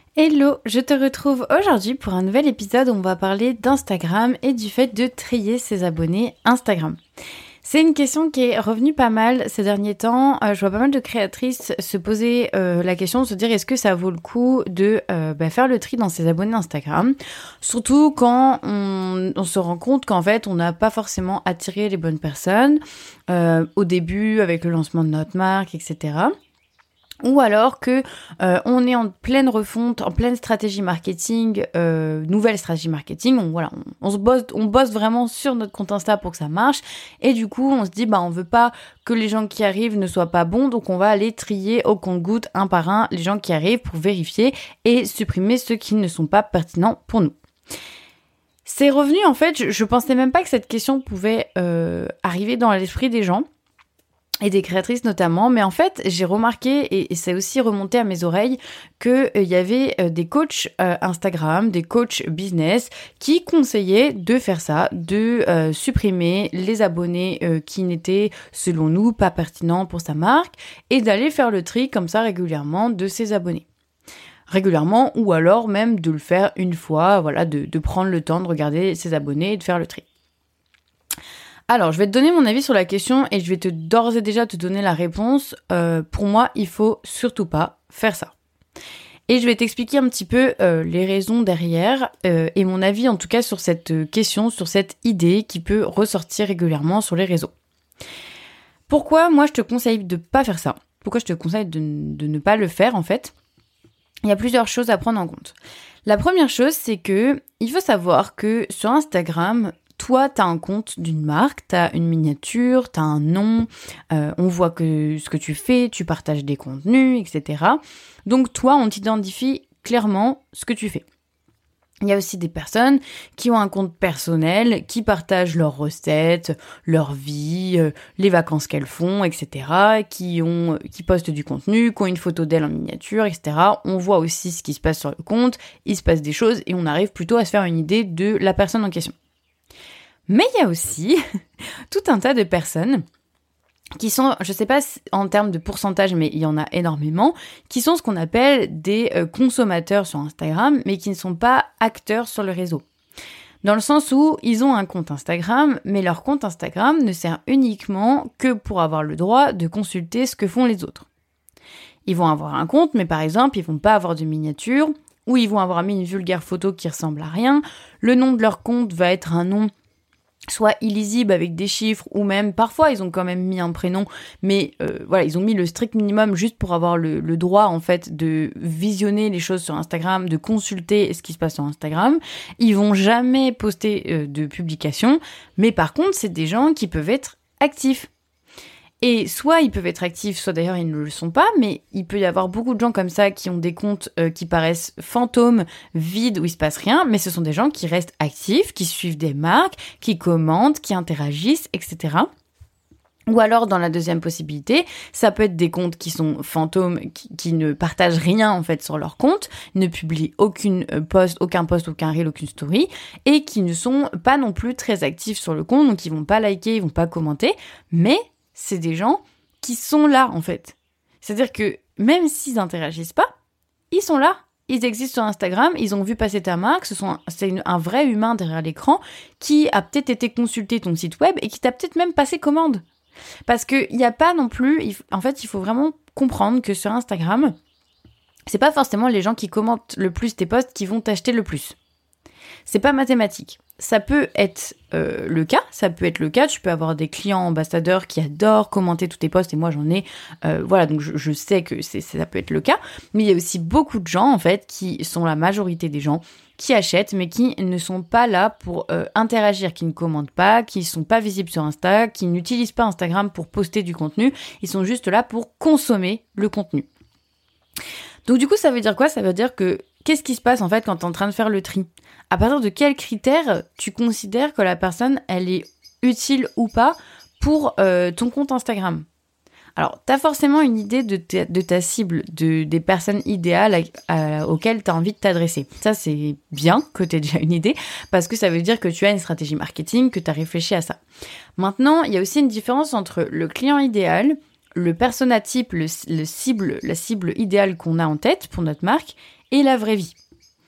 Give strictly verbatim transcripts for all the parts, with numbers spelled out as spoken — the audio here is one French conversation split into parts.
Hello, je te retrouve aujourd'hui pour un nouvel épisode où on va parler d'Instagram et du fait de trier ses abonnés Instagram. C'est une question qui est revenue pas mal ces derniers temps. Euh, je vois pas mal de créatrices se poser euh, la question de se dire est-ce que ça vaut le coup de euh, bah, faire le tri dans ses abonnés Instagram. Surtout quand on, on se rend compte qu'en fait on n'a pas forcément attiré les bonnes personnes euh, au début avec le lancement de notre marque, et cetera. Ou alors que euh, on est en pleine refonte, en pleine stratégie marketing, euh, nouvelle stratégie marketing. On, voilà, on, on se bosse, on bosse vraiment sur notre compte Insta pour que ça marche. Et du coup, on se dit, bah, on veut pas que les gens qui arrivent ne soient pas bons, donc on va aller trier au compte-gouttes un par un les gens qui arrivent pour vérifier et supprimer ceux qui ne sont pas pertinents pour nous. C'est revenu en fait. Je, je pensais même pas que cette question pouvait euh, arriver dans l'esprit des gens. Et des créatrices notamment, mais en fait, j'ai remarqué, et, et c'est aussi remonté à mes oreilles, qu'il euh, y avait euh, des coachs euh, Instagram, des coachs business, qui conseillaient de faire ça, de euh, supprimer les abonnés euh, qui n'étaient, selon nous, pas pertinents pour sa marque, et d'aller faire le tri comme ça régulièrement de ses abonnés. Régulièrement, ou alors même de le faire une fois, voilà, de, de prendre le temps de regarder ses abonnés et de faire le tri. Alors, je vais te donner mon avis sur la question et je vais te d'ores et déjà te donner la réponse. Euh, pour moi, il faut surtout pas faire ça. Et je vais t'expliquer un petit peu euh, les raisons derrière euh, et mon avis en tout cas sur cette question, sur cette idée qui peut ressortir régulièrement sur les réseaux. Pourquoi moi je te conseille de pas faire ça ? Pourquoi je te conseille de, de ne pas le faire en fait ? Il y a plusieurs choses à prendre en compte. La première chose, c'est que il faut savoir que sur Instagram, toi, t'as un compte d'une marque, t'as une miniature, t'as un nom, euh, on voit que ce que tu fais, tu partages des contenus, et cetera. Donc toi, on t'identifie clairement ce que tu fais. Il y a aussi des personnes qui ont un compte personnel, qui partagent leurs recettes, leur vie, euh, les vacances qu'elles font, et cetera. Qui ont, qui postent du contenu, qui ont une photo d'elles en miniature, et cetera. On voit aussi ce qui se passe sur le compte, il se passe des choses et on arrive plutôt à se faire une idée de la personne en question. Mais il y a aussi tout un tas de personnes qui sont, je sais pas en termes de pourcentage, mais il y en a énormément, qui sont ce qu'on appelle des consommateurs sur Instagram, mais qui ne sont pas acteurs sur le réseau. Dans le sens où ils ont un compte Instagram, mais leur compte Instagram ne sert uniquement que pour avoir le droit de consulter ce que font les autres. Ils vont avoir un compte, mais par exemple, ils vont pas avoir de miniature, ou ils vont avoir mis une vulgaire photo qui ressemble à rien. Le nom de leur compte va être un nom soit illisible avec des chiffres, ou même, parfois, ils ont quand même mis un prénom, mais euh, voilà, ils ont mis le strict minimum juste pour avoir le, le droit, en fait, de visionner les choses sur Instagram, de consulter ce qui se passe sur Instagram. Ils vont jamais poster euh, de publication, mais par contre, c'est des gens qui peuvent être actifs. Et soit ils peuvent être actifs, soit d'ailleurs ils ne le sont pas, mais il peut y avoir beaucoup de gens comme ça qui ont des comptes euh, qui paraissent fantômes, vides, où il se passe rien, mais ce sont des gens qui restent actifs, qui suivent des marques, qui commentent, qui interagissent, et cetera. Ou alors, dans la deuxième possibilité, ça peut être des comptes qui sont fantômes, qui, qui ne partagent rien en fait sur leur compte, ne publient aucune post, aucun post, aucun reel, aucune story, et qui ne sont pas non plus très actifs sur le compte, donc ils vont pas liker, ils vont pas commenter, mais c'est des gens qui sont là, en fait. C'est-à-dire que même s'ils n'interagissent pas, ils sont là. Ils existent sur Instagram, ils ont vu passer ta marque, ce sont, c'est une, un vrai humain derrière l'écran qui a peut-être été consulter ton site web et qui t'a peut-être même passé commande. Parce qu'il n'y a pas non plus... Il, en fait, il faut vraiment comprendre que sur Instagram, c'est pas forcément les gens qui commentent le plus tes posts qui vont t'acheter le plus. C'est pas mathématique. Ça peut être euh, le cas, ça peut être le cas, tu peux avoir des clients ambassadeurs qui adorent commenter tous tes posts et moi j'en ai, euh, voilà, donc je, je sais que c'est, ça peut être le cas, mais il y a aussi beaucoup de gens en fait qui sont la majorité des gens qui achètent mais qui ne sont pas là pour euh, interagir, qui ne commentent pas, qui ne sont pas visibles sur Insta, qui n'utilisent pas Instagram pour poster du contenu, ils sont juste là pour consommer le contenu. Donc du coup ça veut dire quoi ? Ça veut dire que qu'est-ce qui se passe en fait quand tu es en train de faire le tri ? À partir de quels critères tu considères que la personne, elle est utile ou pas pour euh, ton compte Instagram ? Alors, tu as forcément une idée de ta, de ta cible, de, des personnes idéales à, à, auxquelles tu as envie de t'adresser. Ça, c'est bien que tu aies déjà une idée, parce que ça veut dire que tu as une stratégie marketing, que tu as réfléchi à ça. Maintenant, il y a aussi une différence entre le client idéal, le persona type, le, le cible, la cible idéale qu'on a en tête pour notre marque, et la vraie vie.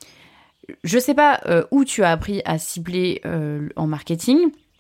Je sais pas euh, où tu as appris à cibler euh, en marketing.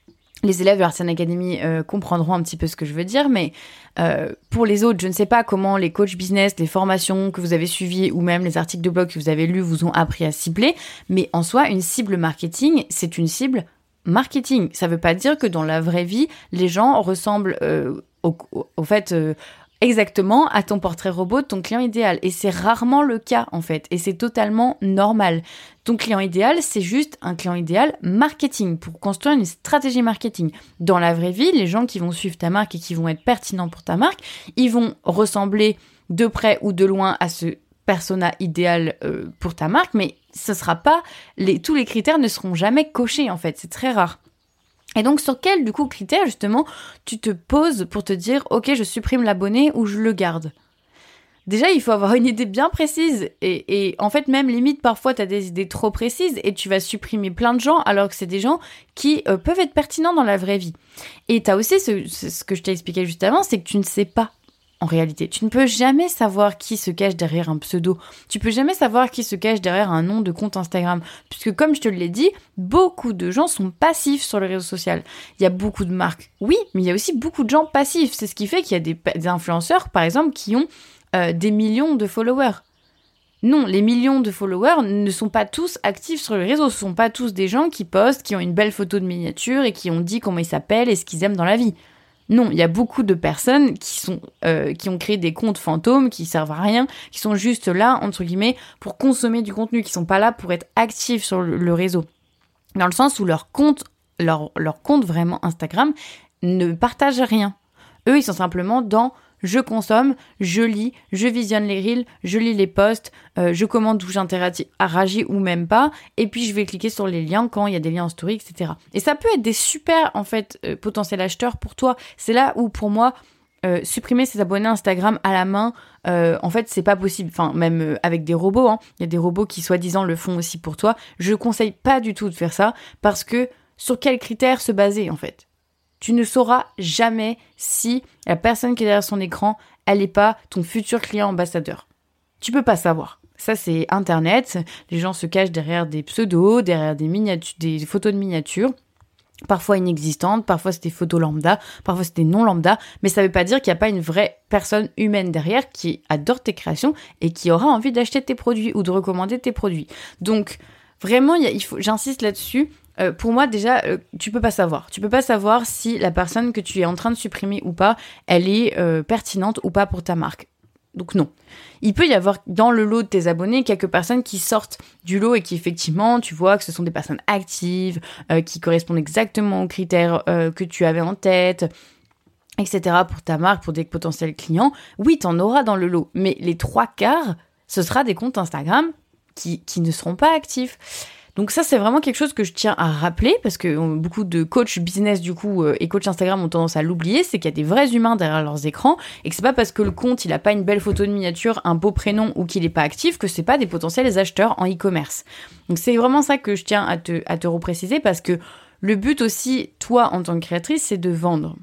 Les élèves de l'Artisan Academy euh, comprendront un petit peu ce que je veux dire, mais euh, pour les autres, je ne sais pas comment les coachs business, les formations que vous avez suivies ou même les articles de blog que vous avez lus vous ont appris à cibler, mais en soi, une cible marketing, c'est une cible marketing. Ça veut pas dire que dans la vraie vie, les gens ressemblent euh, au, au, au fait... Euh, exactement à ton portrait robot de ton client idéal. Et c'est rarement le cas, en fait. Et c'est totalement normal. Ton client idéal, c'est juste un client idéal marketing, pour construire une stratégie marketing. Dans la vraie vie, les gens qui vont suivre ta marque et qui vont être pertinents pour ta marque, ils vont ressembler de près ou de loin à ce persona idéal euh, pour ta marque, mais ce sera pas les, tous les critères ne seront jamais cochés, en fait. C'est très rare. Et donc, sur quel, du coup, critère, justement, tu te poses pour te dire « Ok, je supprime l'abonné ou je le garde ?» Déjà, il faut avoir une idée bien précise. Et, et en fait, même limite, parfois, tu as des idées trop précises et tu vas supprimer plein de gens alors que c'est des gens qui euh, peuvent être pertinents dans la vraie vie. Et tu as aussi ce, ce que je t'ai expliqué juste avant, c'est que tu ne sais pas. En réalité, tu ne peux jamais savoir qui se cache derrière un pseudo. Tu peux jamais savoir qui se cache derrière un nom de compte Instagram. Puisque comme je te l'ai dit, beaucoup de gens sont passifs sur les réseaux sociaux. Il y a beaucoup de marques, oui, mais il y a aussi beaucoup de gens passifs. C'est ce qui fait qu'il y a des, des influenceurs, par exemple, qui ont euh, des millions de followers. Non, les millions de followers ne sont pas tous actifs sur les réseaux. Ce ne sont pas tous des gens qui postent, qui ont une belle photo de miniature et qui ont dit comment ils s'appellent et ce qu'ils aiment dans la vie. Non, il y a beaucoup de personnes qui sont euh, qui ont créé des comptes fantômes, qui servent à rien, qui sont juste là, entre guillemets, pour consommer du contenu, qui sont pas là pour être actifs sur le, le réseau. Dans le sens où leur compte, leur, leur compte vraiment Instagram ne partage rien. Eux, ils sont simplement dans je consomme, je lis, je visionne les reels, je lis les posts, euh, je commande où j'interagis ou même pas, et puis je vais cliquer sur les liens quand il y a des liens en story, et cetera. Et ça peut être des super, en fait, euh, potentiels acheteurs pour toi. C'est là où, pour moi, euh, supprimer ses abonnés Instagram à la main, euh, en fait, c'est pas possible. Enfin, même euh, avec des robots, hein. Il y a des robots qui, soi-disant, le font aussi pour toi. Je conseille pas du tout de faire ça, parce que sur quels critères se baser, en fait ? Tu ne sauras jamais si la personne qui est derrière son écran, elle n'est pas ton futur client ambassadeur. Tu peux pas savoir. Ça, c'est Internet. Les gens se cachent derrière des pseudos, derrière des, miniatures, des photos de miniatures, parfois inexistantes, parfois c'est des photos lambda, parfois c'est des non lambda, mais ça ne veut pas dire qu'il n'y a pas une vraie personne humaine derrière qui adore tes créations et qui aura envie d'acheter tes produits ou de recommander tes produits. Donc, vraiment, il, y a, il faut, j'insiste là-dessus. Euh, pour moi, déjà, euh, tu peux pas savoir. Tu peux pas savoir si la personne que tu es en train de supprimer ou pas, elle est euh, pertinente ou pas pour ta marque. Donc non. Il peut y avoir dans le lot de tes abonnés quelques personnes qui sortent du lot et qui effectivement, tu vois que ce sont des personnes actives, euh, qui correspondent exactement aux critères euh, que tu avais en tête, et cetera pour ta marque, pour des potentiels clients. Oui, t'en auras dans le lot. Mais les trois quarts, ce sera des comptes Instagram qui, qui ne seront pas actifs. Donc ça, c'est vraiment quelque chose que je tiens à rappeler parce que beaucoup de coachs business du coup euh, et coachs Instagram ont tendance à l'oublier, c'est qu'il y a des vrais humains derrière leurs écrans et que c'est pas parce que le compte il a pas une belle photo de miniature, un beau prénom ou qu'il est pas actif que c'est pas des potentiels acheteurs en e-commerce. Donc c'est vraiment ça que je tiens à te, à te repréciser parce que le but aussi, toi en tant que créatrice, c'est de vendre.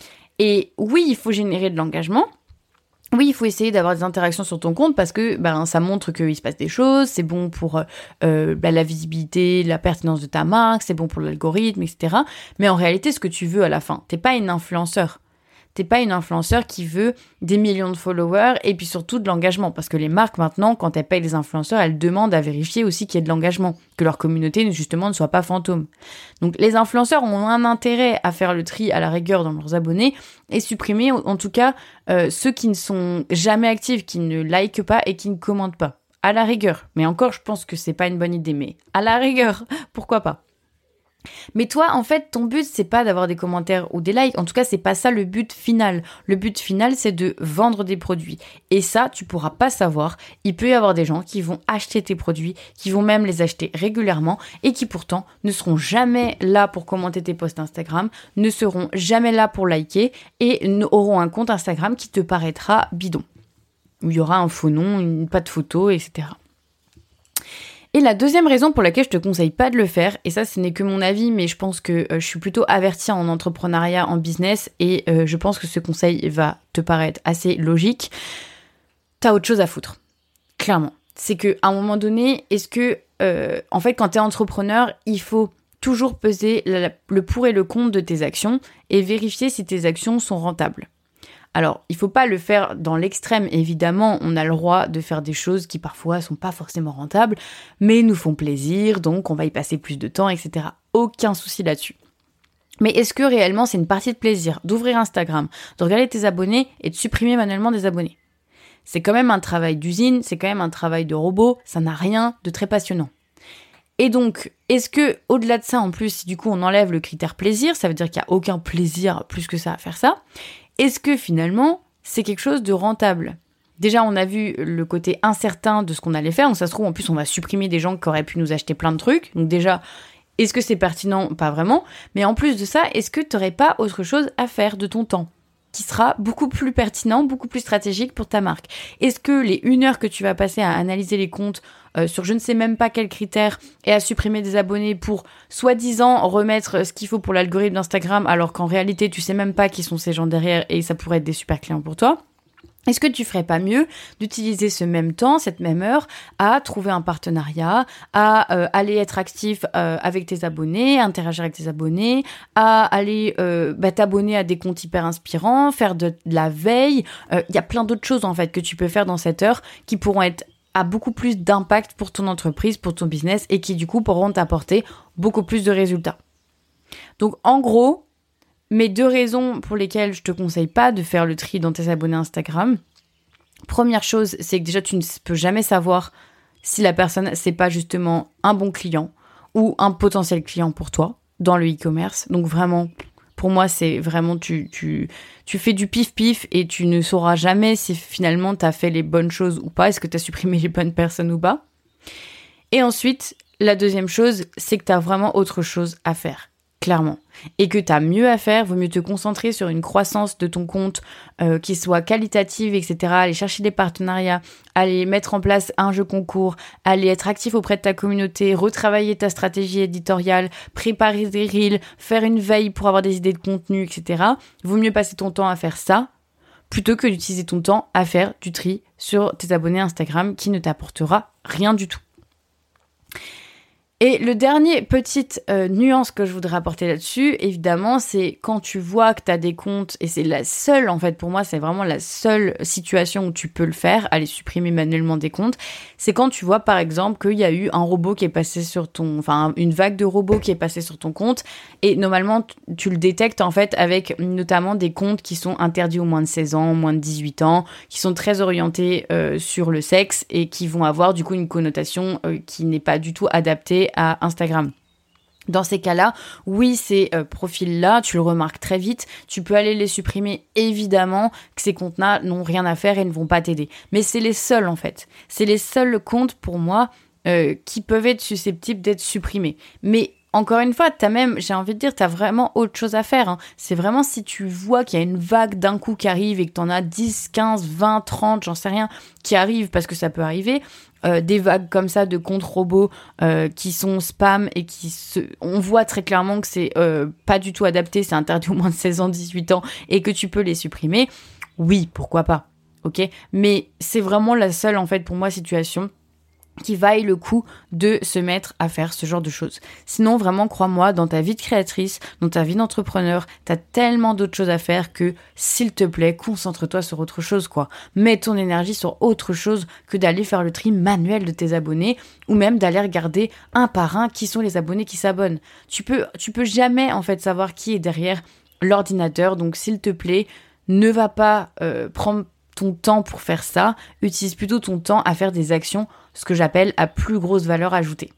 Et oui, il faut générer de l'engagement. Oui, il faut essayer d'avoir des interactions sur ton compte parce que ben, ça montre qu'il se passe des choses, c'est bon pour euh, ben, la visibilité, la pertinence de ta marque, c'est bon pour l'algorithme, et cetera. Mais en réalité, ce que tu veux à la fin, t'es pas une influenceur. T'es pas une influenceur qui veut des millions de followers et puis surtout de l'engagement. Parce que les marques, maintenant, quand elles payent les influenceurs, elles demandent à vérifier aussi qu'il y ait de l'engagement, que leur communauté, justement, ne soit pas fantôme. Donc, les influenceurs ont un intérêt à faire le tri à la rigueur dans leurs abonnés et supprimer, en tout cas, euh, ceux qui ne sont jamais actifs, qui ne likent pas et qui ne commentent pas. À la rigueur. Mais encore, je pense que c'est pas une bonne idée. Mais à la rigueur, pourquoi pas ? Mais toi, en fait, ton but, c'est pas d'avoir des commentaires ou des likes. En tout cas, c'est pas ça le but final. Le but final, c'est de vendre des produits. Et ça, tu pourras pas savoir. Il peut y avoir des gens qui vont acheter tes produits, qui vont même les acheter régulièrement et qui pourtant ne seront jamais là pour commenter tes posts Instagram, ne seront jamais là pour liker et auront un compte Instagram qui te paraîtra bidon. Où il y aura un faux nom, une, pas de photo, et cetera. Et la deuxième raison pour laquelle je te conseille pas de le faire, et ça ce n'est que mon avis, mais je pense que euh, je suis plutôt avertie en entrepreneuriat, en business, et euh, je pense que ce conseil va te paraître assez logique, t'as autre chose à foutre. Clairement. c'est qu'à un moment donné, est-ce que, euh, en fait, quand tu es entrepreneur, il faut toujours peser la, le pour et le contre de tes actions et vérifier si tes actions sont rentables. Alors, il ne faut pas le faire dans l'extrême. Évidemment, on a le droit de faire des choses qui parfois ne sont pas forcément rentables, mais nous font plaisir, donc on va y passer plus de temps, et cetera. Aucun souci là-dessus. Mais est-ce que réellement c'est une partie de plaisir d'ouvrir Instagram, de regarder tes abonnés et de supprimer manuellement des abonnés ? C'est quand même un travail d'usine, c'est quand même un travail de robot, ça n'a rien de très passionnant. Et donc, est-ce que, au-delà de ça, en plus, si du coup on enlève le critère plaisir, ça veut dire qu'il n'y a aucun plaisir plus que ça à faire ça, est-ce que finalement, c'est quelque chose de rentable ? Déjà, on a vu le côté incertain de ce qu'on allait faire, donc ça se trouve, en plus, on va supprimer des gens qui auraient pu nous acheter plein de trucs, donc déjà, est-ce que c'est pertinent ? Pas vraiment, mais en plus de ça, est-ce que tu n'aurais pas autre chose à faire de ton temps ? Qui sera beaucoup plus pertinent, beaucoup plus stratégique pour ta marque. Est-ce que les une heure que tu vas passer à analyser les comptes euh, sur je ne sais même pas quels critères et à supprimer des abonnés pour soi-disant remettre ce qu'il faut pour l'algorithme d'Instagram alors qu'en réalité tu sais même pas qui sont ces gens derrière et ça pourrait être des super clients pour toi ? Est-ce que tu ferais pas mieux d'utiliser ce même temps, cette même heure, à trouver un partenariat, à euh, aller être actif euh, avec tes abonnés, interagir avec tes abonnés, à aller euh, bah, t'abonner à des comptes hyper inspirants, faire de, de la veille. Il euh, y a plein d'autres choses en fait que tu peux faire dans cette heure qui pourront être à beaucoup plus d'impact pour ton entreprise, pour ton business et qui du coup pourront t'apporter beaucoup plus de résultats. Donc en gros, mes deux raisons pour lesquelles je te conseille pas de faire le tri dans tes abonnés Instagram. Première chose, c'est que déjà tu ne peux jamais savoir si la personne c'est pas justement un bon client ou un potentiel client pour toi dans le e-commerce. Donc vraiment, pour moi, c'est vraiment tu tu tu fais du pif pif et tu ne sauras jamais si finalement tu as fait les bonnes choses ou pas, est-ce que tu as supprimé les bonnes personnes ou pas. Et ensuite, la deuxième chose, c'est que tu as vraiment autre chose à faire. Clairement. Et que tu as mieux à faire, vaut mieux te concentrer sur une croissance de ton compte euh, qui soit qualitative, et cetera. Aller chercher des partenariats, aller mettre en place un jeu concours, aller être actif auprès de ta communauté, retravailler ta stratégie éditoriale, préparer des reels, faire une veille pour avoir des idées de contenu, et cetera. Vaut mieux passer ton temps à faire ça plutôt que d'utiliser ton temps à faire du tri sur tes abonnés Instagram qui ne t'apportera rien du tout. Et le dernier petite euh, nuance que je voudrais apporter là-dessus, évidemment, c'est quand tu vois que tu as des comptes, et c'est la seule, en fait, pour moi, c'est vraiment la seule situation où tu peux le faire, aller supprimer manuellement des comptes, c'est quand tu vois, par exemple, qu'il y a eu un robot qui est passé sur ton, enfin, une vague de robots qui est passée sur ton compte, et normalement, tu le détectes, en fait, avec notamment des comptes qui sont interdits aux moins de seize ans, moins de dix-huit ans, qui sont très orientés euh, sur le sexe, et qui vont avoir, du coup, une connotation euh, qui n'est pas du tout adaptée à Instagram. Dans ces cas-là, oui, ces euh, profils-là, tu le remarques très vite, tu peux aller les supprimer, évidemment que ces comptes-là n'ont rien à faire et ne vont pas t'aider. Mais c'est les seuls, en fait. C'est les seuls comptes, pour moi, euh, qui peuvent être susceptibles d'être supprimés. Mais encore une fois, t'as même, j'ai envie de dire, t'as vraiment autre chose à faire. Hein. C'est vraiment si tu vois qu'il y a une vague d'un coup qui arrive et que t'en as dix, quinze, vingt, trente, j'en sais rien, qui arrivent, parce que ça peut arriver, Euh, des vagues comme ça de comptes robots euh, qui sont spam et qui se... on voit très clairement que c'est euh, pas du tout adapté, c'est interdit au moins de seize ans, dix-huit ans et que tu peux les supprimer, oui, pourquoi pas, ok, mais c'est vraiment la seule en fait pour moi situation qui vaille le coup de se mettre à faire ce genre de choses. Sinon, vraiment, crois-moi, dans ta vie de créatrice, dans ta vie d'entrepreneur, t'as tellement d'autres choses à faire que, s'il te plaît, concentre-toi sur autre chose, quoi. Mets ton énergie sur autre chose que d'aller faire le tri manuel de tes abonnés ou même d'aller regarder un par un qui sont les abonnés qui s'abonnent. Tu peux, tu peux jamais, en fait, savoir qui est derrière l'ordinateur, donc s'il te plaît, ne va pas euh, prendre ton temps pour faire ça, utilise plutôt ton temps à faire des actions, ce que j'appelle à plus grosse valeur ajoutée.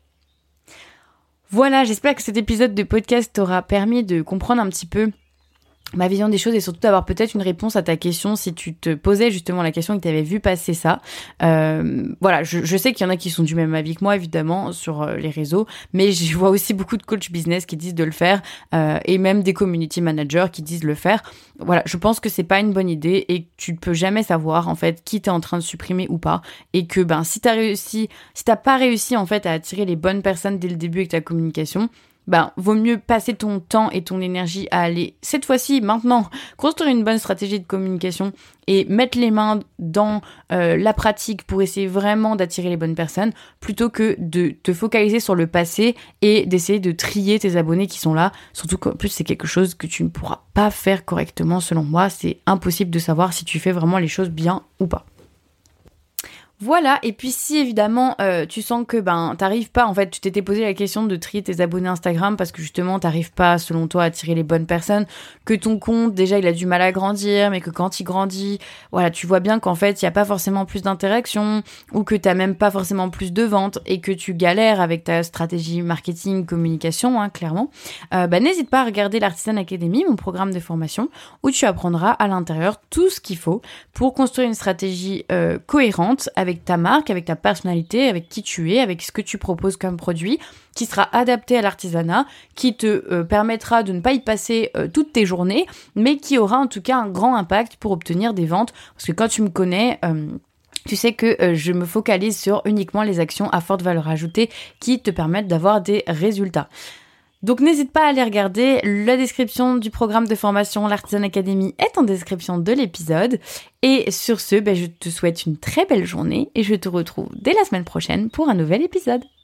Voilà, j'espère que cet épisode de podcast t'aura permis de comprendre un petit peu ma vision des choses et surtout d'avoir peut-être une réponse à ta question si tu te posais justement la question et que tu avais vu passer ça. Euh, voilà, je, je sais qu'il y en a qui sont du même avis que moi évidemment sur euh, les réseaux, mais je vois aussi beaucoup de coachs business qui disent de le faire euh, et même des community managers qui disent de le faire. Voilà, je pense que c'est pas une bonne idée et que tu ne peux jamais savoir en fait qui t'es en train de supprimer ou pas et que ben si t'as réussi, si t'as pas réussi en fait à attirer les bonnes personnes dès le début avec ta communication, ben, vaut mieux passer ton temps et ton énergie à aller, cette fois-ci, maintenant, construire une bonne stratégie de communication et mettre les mains dans euh, la pratique pour essayer vraiment d'attirer les bonnes personnes, plutôt que de te focaliser sur le passé et d'essayer de trier tes abonnés qui sont là. Surtout qu'en plus, c'est quelque chose que tu ne pourras pas faire correctement, selon moi. C'est impossible de savoir si tu fais vraiment les choses bien ou pas. Voilà, et puis si évidemment euh, tu sens que ben t'arrives pas, en fait tu t'étais posé la question de trier tes abonnés Instagram parce que justement t'arrives pas selon toi à attirer les bonnes personnes, que ton compte déjà il a du mal à grandir, mais que quand il grandit, voilà, tu vois bien qu'en fait il y a pas forcément plus d'interaction ou que t'as même pas forcément plus de ventes et que tu galères avec ta stratégie marketing, communication, hein, clairement, euh, bah n'hésite pas à regarder l'Artisan Academy, mon programme de formation, où tu apprendras à l'intérieur tout ce qu'il faut pour construire une stratégie euh, cohérente avec avec ta marque, avec ta personnalité, avec qui tu es, avec ce que tu proposes comme produit, qui sera adapté à l'artisanat, qui te euh, permettra de ne pas y passer euh, toutes tes journées, mais qui aura en tout cas un grand impact pour obtenir des ventes. Parce que quand tu me connais... Euh, Tu sais que euh, je me focalise sur uniquement les actions à forte valeur ajoutée qui te permettent d'avoir des résultats. Donc n'hésite pas à aller regarder, la description du programme de formation l'Artisan Academy est en description de l'épisode. Et sur ce, ben, je te souhaite une très belle journée et je te retrouve dès la semaine prochaine pour un nouvel épisode.